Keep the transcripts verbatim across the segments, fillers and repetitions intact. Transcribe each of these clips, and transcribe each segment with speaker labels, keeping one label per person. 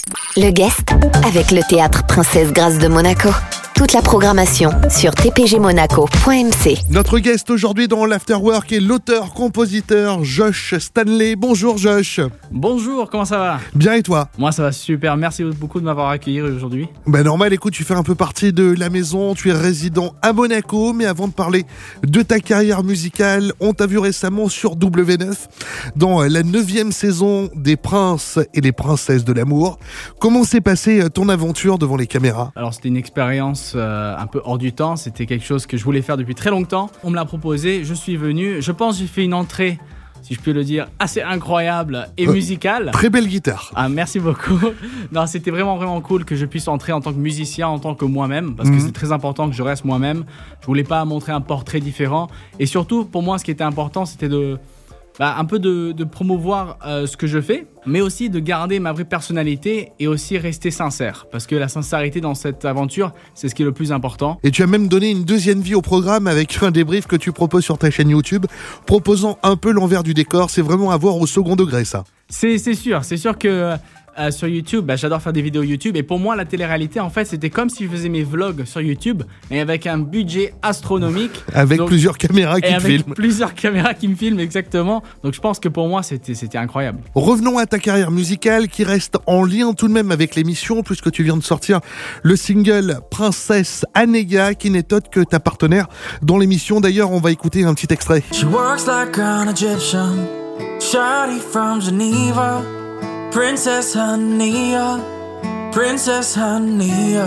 Speaker 1: Le guest avec le Théâtre Princesse Grâce de Monaco. Toute la programmation sur t p g monaco point m c.
Speaker 2: Notre guest aujourd'hui dans l'Afterwork est l'auteur-compositeur Josh Stanley. Bonjour Josh.
Speaker 3: Bonjour, comment ça va?
Speaker 2: Bien et toi?
Speaker 3: Moi ça va super, merci beaucoup de m'avoir accueilli aujourd'hui.
Speaker 2: Ben normal, écoute, tu fais un peu partie de la maison, tu es résident à Monaco, mais avant de parler de ta carrière musicale, on t'a vu récemment sur W neuf dans la neuvième saison des Princes et les Princesses de l'amour. Comment s'est passée ton aventure devant les caméras?
Speaker 3: Alors c'était une expérience euh, un peu hors du temps, c'était quelque chose que je voulais faire depuis très longtemps. On me l'a proposé, je suis venu, je pense que j'ai fait une entrée, si je peux le dire, assez incroyable et euh, musicale.
Speaker 2: Très belle guitare.
Speaker 3: Ah, merci beaucoup. Non, c'était vraiment vraiment cool que je puisse entrer en tant que musicien, en tant que moi-même, parce mmh. que c'est très important que je reste moi-même. Je voulais pas montrer un portrait différent. Et surtout, pour moi, ce qui était important, c'était de bah, un peu de, de promouvoir euh, ce que je fais, mais aussi de garder ma vraie personnalité et aussi rester sincère. Parce que la sincérité dans cette aventure, c'est ce qui est le plus important.
Speaker 2: Et tu as même donné une deuxième vie au programme avec un débrief que tu proposes sur ta chaîne YouTube, proposant un peu l'envers du décor. C'est vraiment à voir au second degré, ça.
Speaker 3: C'est, c'est sûr, c'est sûr que... Euh, sur YouTube, bah, j'adore faire des vidéos YouTube et pour moi la télé-réalité en fait c'était comme si je faisais mes vlogs sur YouTube mais avec un budget astronomique.
Speaker 2: Avec
Speaker 3: donc,
Speaker 2: plusieurs caméras qui
Speaker 3: et
Speaker 2: te
Speaker 3: avec
Speaker 2: filment.
Speaker 3: plusieurs caméras qui me filment exactement. Donc je pense que pour moi c'était, c'était incroyable.
Speaker 2: Revenons à ta carrière musicale qui reste en lien tout de même avec l'émission puisque tu viens de sortir le single Princesse Anega qui n'est autre que ta partenaire dans l'émission. D'ailleurs on va écouter un petit extrait.
Speaker 4: She works like an Egyptian, shawty from Geneva. Princess Hania, Princess Hania.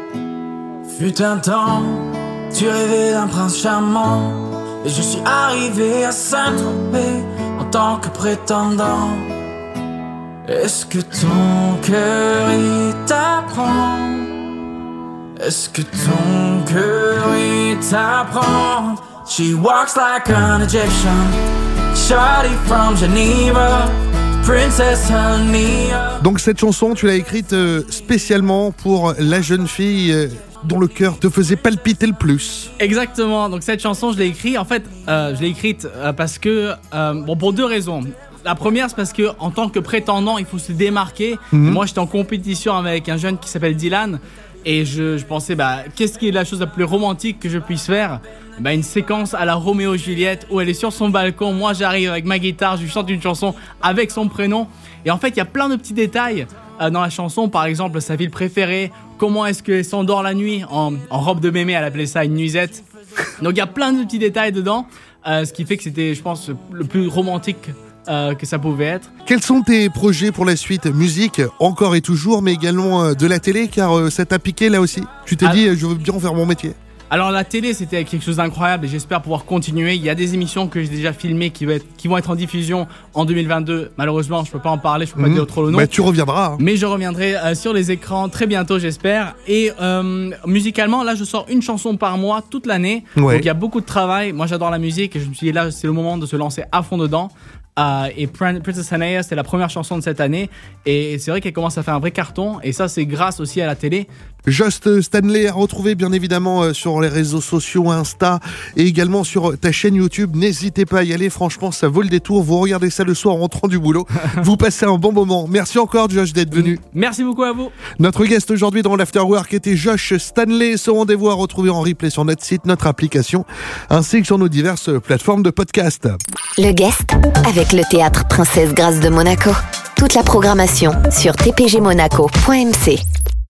Speaker 4: Fut un temps, tu rêvais d'un prince charmant, et je suis arrivé à Saint-Tropez en tant que prétendant. Est-ce que ton cœur il t'apprend? Est-ce que ton cœur il t'apprend? She walks like an Egyptian, shawty from Geneva.
Speaker 2: Donc cette chanson, tu l'as écrite euh, spécialement pour la jeune fille euh, dont le cœur te faisait palpiter le plus.
Speaker 3: Exactement, donc cette chanson je l'ai écrite, en fait euh, je l'ai écrite euh, parce que, euh, bon pour deux raisons. La première c'est parce qu'en tant que prétendant il faut se démarquer. Mmh. Moi j'étais en compétition avec un jeune qui s'appelle Dylan. Et je, je pensais, bah, qu'est-ce qui est la chose la plus romantique que je puisse faire? Bah, une séquence à la Roméo et Juliette où elle est sur son balcon, moi j'arrive avec ma guitare, je lui chante une chanson avec son prénom. Et en fait, il y a plein de petits détails euh, dans la chanson, par exemple sa ville préférée, comment est-ce qu'elle s'endort la nuit en, en robe de mémé, elle appelait ça une nuisette. Donc il y a plein de petits détails dedans, euh, ce qui fait que c'était, je pense, le plus romantique Euh, que ça pouvait être.
Speaker 2: Quels sont tes projets pour la suite? Musique, encore et toujours, mais également euh, de la télé, car euh, ça t'a piqué là aussi. Tu t'es ah, dit, euh, je veux bien faire mon métier.
Speaker 3: Alors la télé, c'était quelque chose d'incroyable et j'espère pouvoir continuer. Il y a des émissions que j'ai déjà filmées qui, va être, qui vont être en diffusion en deux mille vingt-deux. Malheureusement, je peux pas en parler, je peux mmh. pas dire trop le nom.
Speaker 2: Bah, tu reviendras. Hein.
Speaker 3: Mais je reviendrai euh, sur les écrans très bientôt, j'espère. Et euh, musicalement, là, je sors une chanson par mois toute l'année. Ouais. Donc il y a beaucoup de travail. Moi, j'adore la musique et je me suis dit là, c'est le moment de se lancer à fond dedans. Uh, et Princess Hania, c'était la première chanson de cette année et c'est vrai qu'elle commence à faire un vrai carton et ça c'est grâce aussi à la télé.
Speaker 2: Josh Stanley à retrouver bien évidemment sur les réseaux sociaux, Insta et également sur ta chaîne YouTube. N'hésitez pas à y aller, franchement ça vaut le détour. Vous regardez ça le soir en rentrant du boulot. Vous passez un bon moment. Merci encore Josh d'être venu.
Speaker 3: Merci beaucoup à vous.
Speaker 2: Notre guest aujourd'hui dans l'Afterwork était Josh Stanley. Ce rendez-vous à retrouver en replay sur notre site, notre application ainsi que sur nos diverses plateformes de podcast.
Speaker 1: Le guest avec le Théâtre Princesse Grâce de Monaco. Toute la programmation sur t p g monaco point m c.